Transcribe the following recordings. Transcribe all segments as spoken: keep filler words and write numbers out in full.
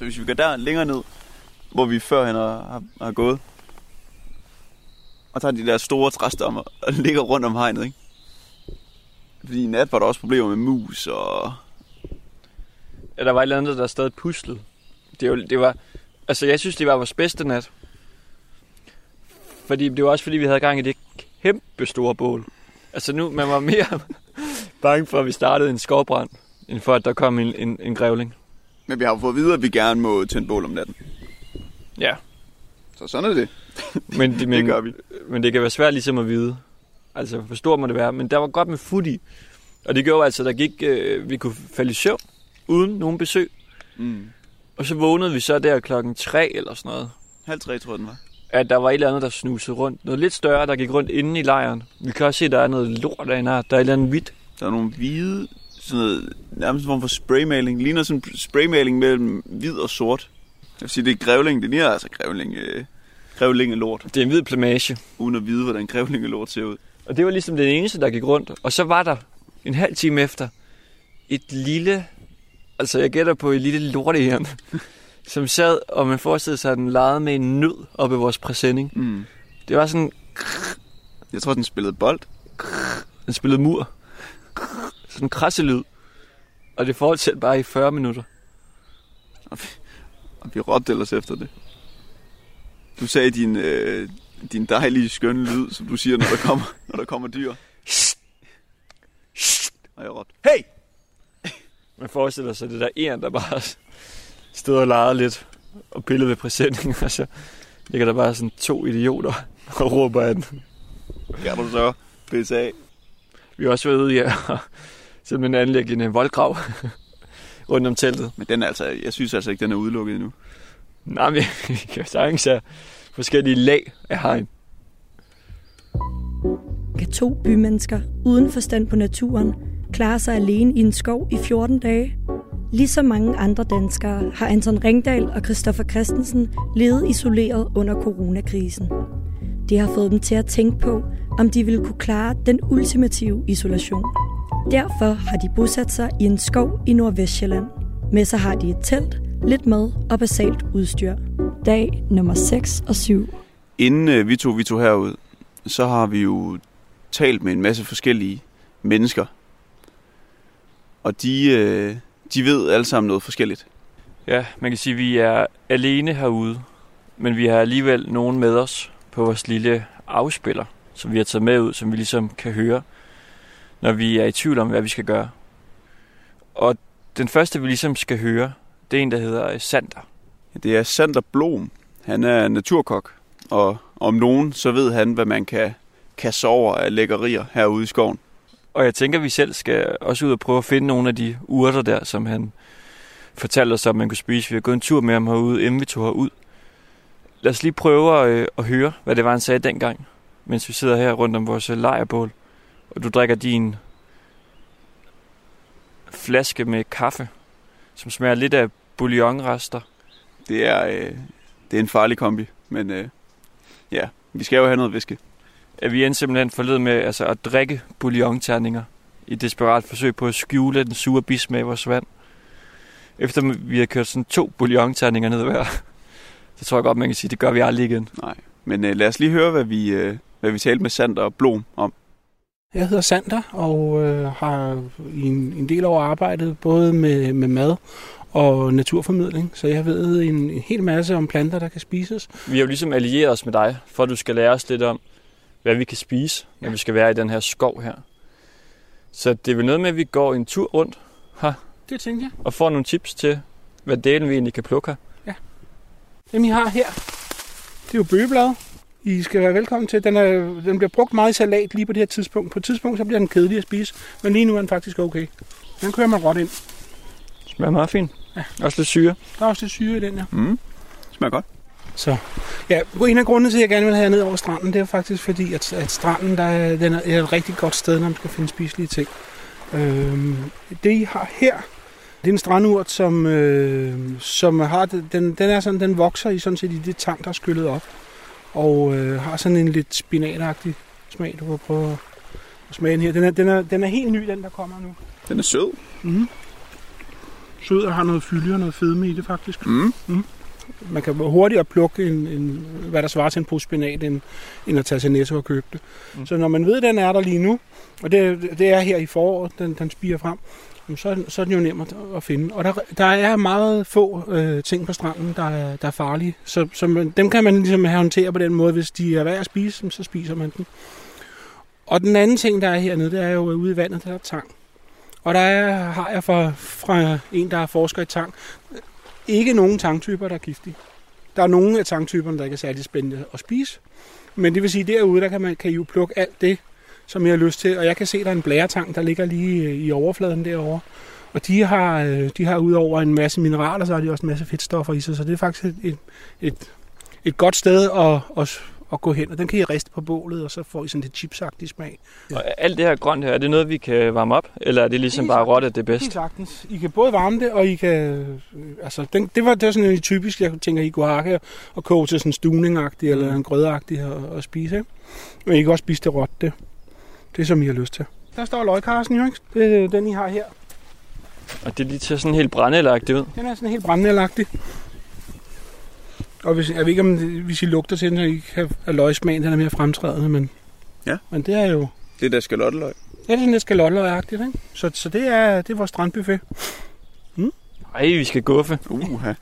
Så hvis vi går der længere ned, hvor vi førhen har, har, har gået, og tager de der store træstammer og ligger rundt om hegnet, ikke? Fordi i nat var der også problemer med mus og... Ja, der var et eller andet, der stadig puslede. Det var, det var... Altså, jeg synes, det var vores bedste nat. Fordi det var også, fordi vi havde gang i det kæmpe store bål. Altså nu, man var mere bange for, at vi startede en skovbrand, end for, at der kom en, en, en grævling. Men vi har jo fået at vide, at vi gerne må tænde bål om natten. Ja. Så sådan er det. Men det, men, det gør vi. Men det kan være svært ligesom at vide. Altså, hvor stort må det være. Men der var godt med fut i. Og det gjorde altså, at der gik, øh, vi kunne falde i søvn, uden nogen besøg. Mm. Og så vågnede vi så der klokken tre eller sådan noget. Halv tre, tror jeg, den var. At der var et eller andet, der snusede rundt. Noget lidt større, der gik rundt inde i lejren. Vi kan også se, at der er noget lort derinde. Der er et eller andet hvidt. Der er nogle hvide, sådan noget, nærmest en form for spraymaling. Det ligner sådan en spraymaling mellem hvid og sort. Jeg vil sige, det er grævling. Det ligner altså grævling, øh, grævlingelort. Det er en hvid plamage. Uden at vide, hvordan grævlingelort ser ud. Og det var ligesom den eneste, der gik rundt. Og så var der en halv time efter et lille, altså jeg gætter på et lille lortehjern, som sad, og man forestillede sig, at den legede med en nød oppe i vores præsending. Mm. Det var sådan... Jeg tror, den spillede bold. Den spillede mur. Sådan en krasselyd. Og det fortsatte bare i fyrre minutter. Og vi, og vi råbte ellers efter det. Du sagde din, øh, din dejlige, skønne lyd, som du siger, når der kommer, når der kommer dyr. Og jeg råbte, hey! Man forestiller sig det der en, der bare stod og legede lidt og pillede ved præsendingen, og så ligger der bare sådan to idioter og råber af den. Kan du så pisse af? Vi har også været ude i at simpelthen anlægge en voldgrav rundt om teltet. Men den er altså, jeg synes altså ikke, den er udelukket endnu. Nej, men vi kan sagtens have forskellige lag af hegn. Kan to bymennesker uden forstand på naturen klare sig alene i en skov i fjorten dage? Ligesom mange andre danskere har Anton Ringdal og Christoffer Christensen levet isoleret under coronakrisen. Det har fået dem til at tænke på, om de ville kunne klare den ultimative isolation. Derfor har de bosat sig i en skov i Nordvestsjælland. Med så har de et telt, lidt mad og basalt udstyr. Dag nummer seks og syv. Inden øh, vi tog vi tog herud, så har vi jo talt med en masse forskellige mennesker. Og de, øh, de ved alle sammen noget forskelligt. Ja, man kan sige, at vi er alene herude, men vi har alligevel nogen med os på vores lille afspiller, som vi har taget med ud, som vi ligesom kan høre, når vi er i tvivl om, hvad vi skal gøre. Og den første, vi ligesom skal høre, det er en, der hedder Sander. Det er Sander Blom. Han er naturkok, og om nogen, så ved han, hvad man kan kaste over af lækkerier herude i skoven. Og jeg tænker, at vi selv skal også ud og prøve at finde nogle af de urter der, som han fortalte os, om man kunne spise. Vi har gået en tur med ham herude, inden vi tog herud. Lad os lige prøve at, at høre, hvad det var, han sagde dengang, mens vi sidder her rundt om vores lejrbål. Og du drikker din flaske med kaffe, som smager lidt af bouillonrester. Det er, øh, det er en farlig kombi, men øh, ja, vi skal jo have noget væske. At vi endte simpelthen forled med altså, at drikke bouillonterninger i desperat forsøg på at skjule den sure bismag i vores vand. Efter vi har kørt sådan to bouillonterninger ned hver, så tror jeg godt, man kan sige, at det gør vi aldrig igen. Nej, men øh, lad os lige høre, hvad vi, øh, hvad vi talte med Sander Blom om. Jeg hedder Sander og øh, har i en, en del år arbejdet både med, med mad og naturformidling, så jeg ved en, en hel masse om planter, der kan spises. Vi har jo ligesom allieret os med dig, for at du skal lære os lidt om, hvad vi kan spise, når vi skal være i den her skov her. Så det er vel noget med, at vi går en tur rundt her. Det tænker jeg. Og får nogle tips til, hvad delen vi egentlig kan plukke her. Ja. Dem I har her, det er jo bøgeblad. I skal være velkommen til. Den, er, den bliver brugt meget i salat lige på det her tidspunkt. På et tidspunkt så bliver den kedelig at spise, men lige nu er den faktisk okay. Den kører man råt ind. Smager meget fint. Ja. Også lidt syre. Der er også lidt syre i den, ja. Mm. Smager godt. Så ja, en af grundene til, at jeg gerne vil have ned over stranden, det er faktisk fordi, at, at stranden der er, den er et rigtig godt sted, når man skal finde spiselige ting. Øhm, det I har her, det er en strandurt, som, øh, som har, den, den er sådan, den vokser i sådan set i det tang, der er skyllet op. Og øh, har sådan en lidt spinatagtig smag, du kan prøve at smage den her. Den er, den, er, den er helt ny, den der kommer nu. Den er sød. Mm-hmm. sød og har noget fylde og noget fedme i det faktisk. Mm. Mm. Man kan hurtigere plukke, en, en, hvad der svarer til en pose spinat, end, end at tage til Netto og købe det. Mm. Så når man ved, at den er der lige nu, og det, det er her i foråret, den, den spiger frem, så, så er den jo nem at, at finde. Og der, der er meget få øh, ting på stranden, der er, der er farlige. Så, så man, dem kan man ligesom håndtere på den måde. Hvis de er værd at spise, så spiser man dem. Og den anden ting, der er hernede, det er jo ude i vandet, der er tang. Og der er, har jeg fra, fra en, der er forsker i tang, ikke nogen tangtyper, der er giftige. Der er nogle af tangtyperne, der ikke er særlig spændende at spise. Men det vil sige, derude, der kan, man, kan I jo plukke alt det, som jeg har lyst til. Og jeg kan se, der er en blæretang, der ligger lige i overfladen derovre. Og de har, de har udover en masse mineraler, så har de også en masse fedtstoffer i sig. Så det er faktisk et, et, et godt sted at, at, at gå hen. Og den kan I riste på bålet, og så får I sådan lidt chipsagtig smag. Ja. Og alt det her grønt her, er det noget, vi kan varme op? Eller er det ligesom bare råt, at det er bedst? Helt sagtens. I kan både varme det, og I kan... Altså, den, det, var, det var sådan en typisk, jeg tænker, I kunne hakke og koge til sådan en stuvning-agtig, mm. eller en grødagtig at, at spise. Ikke? Men I kan også spise det råt, det. Det er, som I har lyst til. Der står løgkarsen jo, ikke? Det er den, I har her. Og det er lige til sådan helt brændelagtigt ud. Den er sådan helt brændelagtig. Og hvis, jeg ved ikke, om det, hvis I lugter til den, så I kan have løgsmagen, den er mere fremtrædende, men, ja. Men det er jo... Det er der skalotteløg. Ja, det er sådan lidt skalotteløg-agtigt, ikke? Så, så det, er, det er vores strandbuffet. Mm? Ej, vi skal guffe. Uha.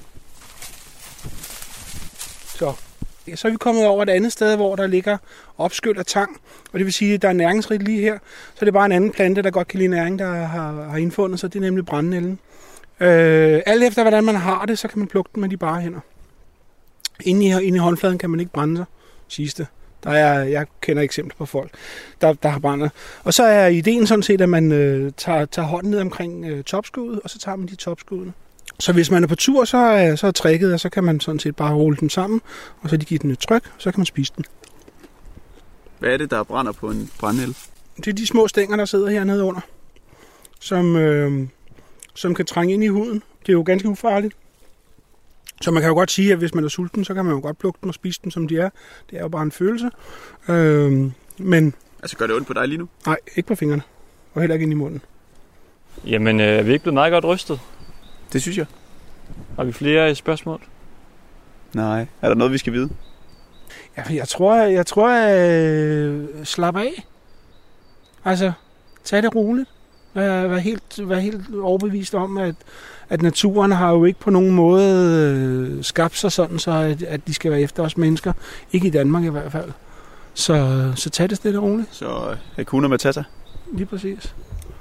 Så. Så er vi kommet over et andet sted, hvor der ligger opskyld af tang. Og det vil sige, at der er næringsrigt lige her. Så det er bare en anden plante, der godt kan lide næring, der har, har indfundet sig. Det er nemlig brændenælden. Øh, alt efter, hvordan man har det, så kan man plukke den med de bare hænder. Inde i, inde i håndfladen kan man ikke brænde sig, siges det. Der er, jeg kender eksempler på folk, der, der har brændet. Og så er ideen sådan set, at man øh, tager, tager hånden ned omkring øh, topskuddet, og så tager man de topskuddene. Så hvis man er på tur, så er, så er tricket, og så kan man sådan set bare rulle dem sammen, og så de giver den et tryk, så kan man spise den. Hvad er det, der brænder på en brændenælde? Det er de små stænger, der sidder hernede under, som, øh, som kan trænge ind i huden. Det er jo ganske ufarligt. Så man kan jo godt sige, at hvis man er sulten, så kan man jo godt plukke dem og spise dem, som de er. Det er jo bare en følelse. Øh, men... Altså, gør det ondt på dig lige nu? Nej, ikke på fingrene. Og heller ikke ind i munden. Jamen, øh, er vi ikke blevet meget godt rystet? Det synes jeg. Har vi flere spørgsmål? Nej. Er der noget, vi skal vide? Ja, jeg tror, jeg, jeg tror, jeg øh, slap af. Altså, tag det roligt. Vær, vær, helt, vær helt overbevist om, at, at naturen har jo ikke på nogen måde øh, skabt sig sådan, så at, at de skal være efter os mennesker. Ikke i Danmark i hvert fald. Så, så tag det stille og roligt. Så Hakuna Matata? Lige præcis.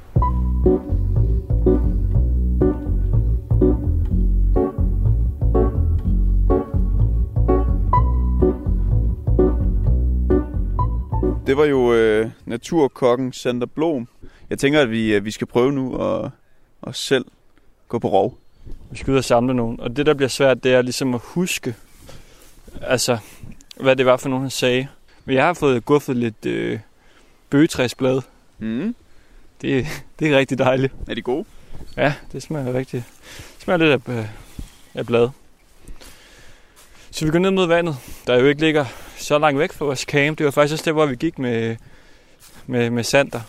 Det var jo øh, naturkokken Sander Blom. Jeg tænker, at vi, øh, vi skal prøve nu at, at selv gå på rov. Vi skal ud og samle nogen. Og det, der bliver svært, det er ligesom at huske, altså, hvad det var for nogen, han sagde. Men jeg har fået guffet lidt øh, bøgetræsblad. Mm. Det, det er rigtig dejligt. Er de gode? Ja, det smager rigtig. Det smager lidt af, af blad. Så vi går ned mod vandet, der jo ikke ligger så langt væk fra vores camp. Det var faktisk også det, hvor vi gik med, med, med Sander.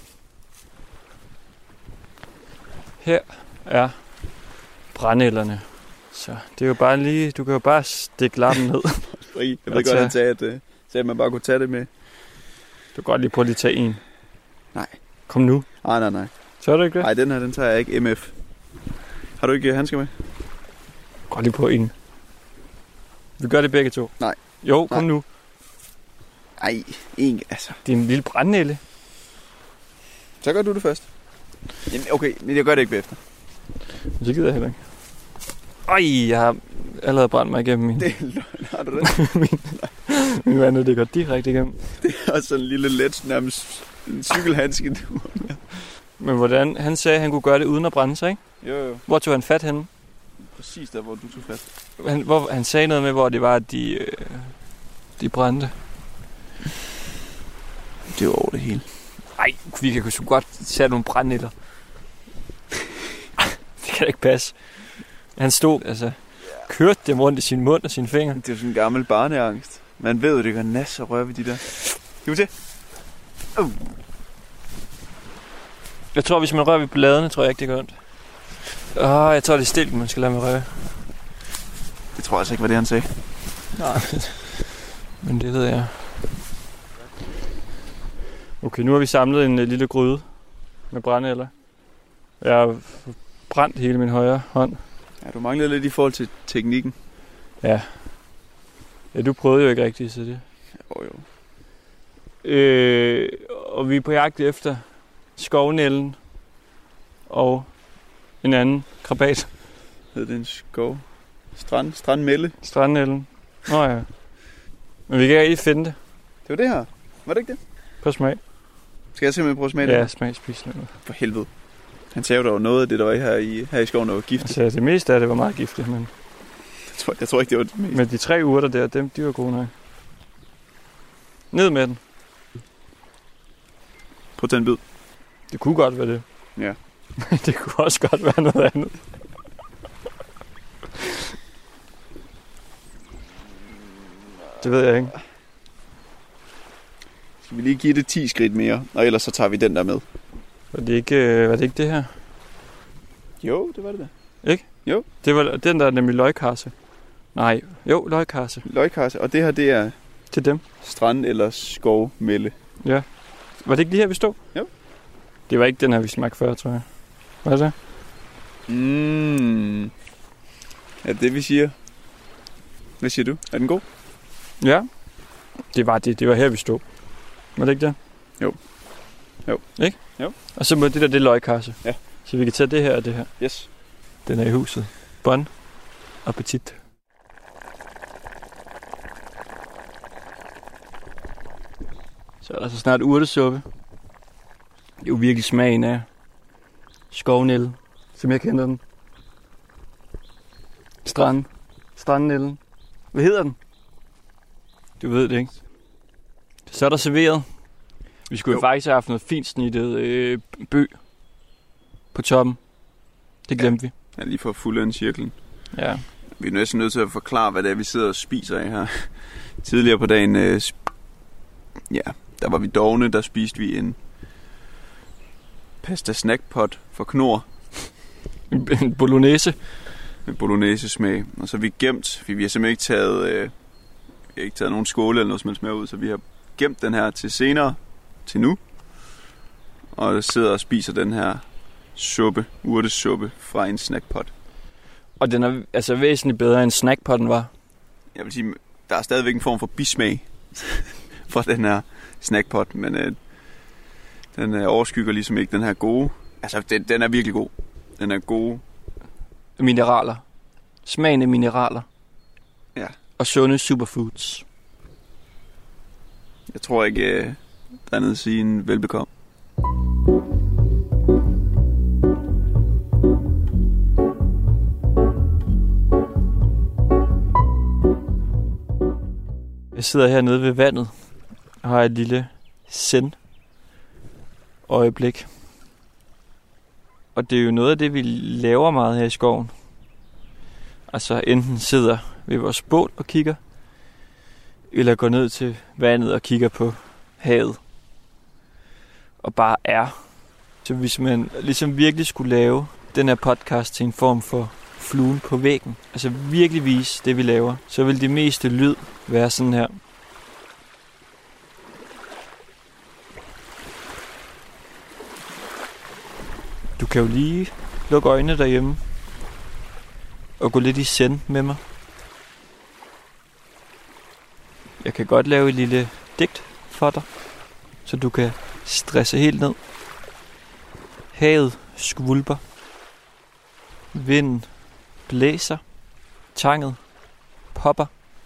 Her er brændenælderne. Så det er jo bare lige, du kan jo bare stikke lappen ned. Jeg ved godt, at han sagde, at man bare kunne tage det med. Du kan godt lige prøve at tage en. Nej. Kom nu. Nej, nej, nej. Så er det ikke det? Nej, den her, den tager jeg ikke M F. Har du ikke handsker med? Godt lige på en. Vi gør det begge to. Nej. Jo, kom nej. nu. Ej, en, altså. Det er en lille brændenælde. Så gør du det først. Jamen, okay, men jeg gør det ikke bagefter. Så gider jeg heller ikke. Ej, jeg har allerede brændt mig igennem min... Det er løgn, har du det? min min vandet, det går direkte igennem. Det er også sådan en lille let, nærmest en cykelhandske. Men hvordan? Han sagde, at han kunne gøre det uden at brænde sig, ikke? Jo, jo. Hvor tog han fat henne? Præcis der, hvor du tog fat. Han, hvor, han sagde noget med, hvor det var, at de, øh, de brændte. Det var over det hele. Ej, vi kan jo godt sætte nogle brændenælder. Det kan da ikke passe. Han stod, altså, kørte dem rundt i sin mund og sine fingre. Det er jo sådan en gammel barneangst. Man ved jo, det gør nas og røre ved de der. Kan vi se? Uh. Jeg tror, hvis man rører ved bladene, tror jeg ikke, det gør ondt. Åh, jeg tror, det er stilken, man skal lade mig røre. Det tror jeg altså ikke, hvad det han sagde. Nej, men det ved jeg. Okay, nu har vi samlet en uh, lille gryde med brændenælder. Jeg har brændt hele min højre hånd. Ja, du manglede lidt i forhold til teknikken. Ja. Ja, du prøvede jo ikke rigtigt, så det... Jo, jo. Øh, og vi er på jagt efter skovnælden og en anden krabat. Hed det en skov? Strand? Strandmælde? Strandnælden. Nå ja. Men vi kan ikke finde det. Det var det her. Var det ikke det? På smag. Skal jeg simpelthen prøve at smage det? Ja, smag, spis noget. For helvede. Han sagde jo, der var noget af det, der var her i, her i skoven, der var giftigt. Altså, det meste af det var meget giftigt, men... Jeg tror, jeg tror ikke, det var det meste. Men de tre urter der, dem, de var gode nok. Ned med den. Prøv at tage en bid. Det kunne godt være det. Ja. Det kunne også godt være noget andet. Det ved jeg ikke. Skal vi lige give det ti skridt mere, og ellers så tager vi den der med. Var det ikke, var det, ikke det her? Jo, det var det da. Ikke? Jo. Det var den der nemlig løgkarse. Nej, jo, løgkarse. Løgkarse, og det her, det er... Til dem. Strand- eller skovmælde. Ja. Var det ikke lige her, vi stod? Jo. Det var ikke den her, vi smagte før, tror jeg. Hvad er det? Mm. Ja, det vi siger. Hvad siger du? Er den god? Ja. Det var det. Det var her, vi stod. Var det ikke det? Jo. Jo. Ikke? Jo. Og så må det der, det er løgkarse. Ja. Så vi kan tage det her og det her. Yes. Den er i huset. Bon appetit. Så er der så snart urtesuppe. Det er jo virkelig smagen af skovnælde, som jeg kender den. Strand. Strandnælden. Hvad hedder den? Du ved det ikke. Så er der serveret. Vi skulle jo faktisk have haft noget fint snittet øh, bøg på toppen. Det glemte ja. vi. Ja, lige for at fuldende cirklen. Ja. Vi er næsten nødt til at forklare, hvad det er, vi sidder og spiser af her. Tidligere på dagen, øh, sp- ja, der var vi dovne, der spiste vi en pasta snackpot for Knor. En bolognese. Med bolognese smag. Og så har vi gemt, fordi vi har simpelthen ikke taget, øh, vi har ikke taget nogen skåle eller noget som helst med ud, så vi har gemt den her til senere, til nu. Og sidder og spiser den her suppe, urtesuppe fra en snackpot. Og den er altså væsentligt bedre end snackpotten var. Jeg vil sige, der er stadigvæk en form for bismag fra den her snackpot, men øh, den øh, overskygger ligesom ikke den her gode. Altså, den, den er virkelig god. Den er god. Mineraler. Smagen af mineraler. Ja. Og sunde superfoods. Jeg tror ikke, øh, der er noget at sige en velbekomme. Jeg sidder hernede ved vandet og har et lille zen øjeblik. Og det er jo noget af det, vi laver meget her i skoven. Altså enten sidder ved vores bål og kigger, eller går ned til vandet og kigger på havet. Og bare er. Så hvis man ligesom virkelig skulle lave den her podcast til en form for fluen på væggen, altså virkelig vise det, vi laver, så vil det meste lyd være sådan her. Du kan jo lige lukke øjnene derhjemme og gå lidt i zen med mig. Jeg kan godt lave et lille digt for dig, så du kan stresse helt ned. Havet skvulper. Vinden blæser. Tanget popper.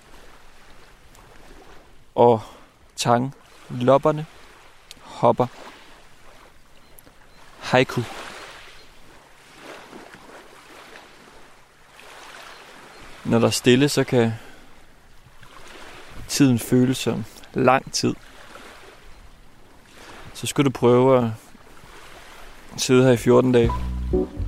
Og tanglopperne hopper. Haiku. Når der er stille, så kan tiden føles som lang tid. Så skal du prøve at sidde her i fjorten dage.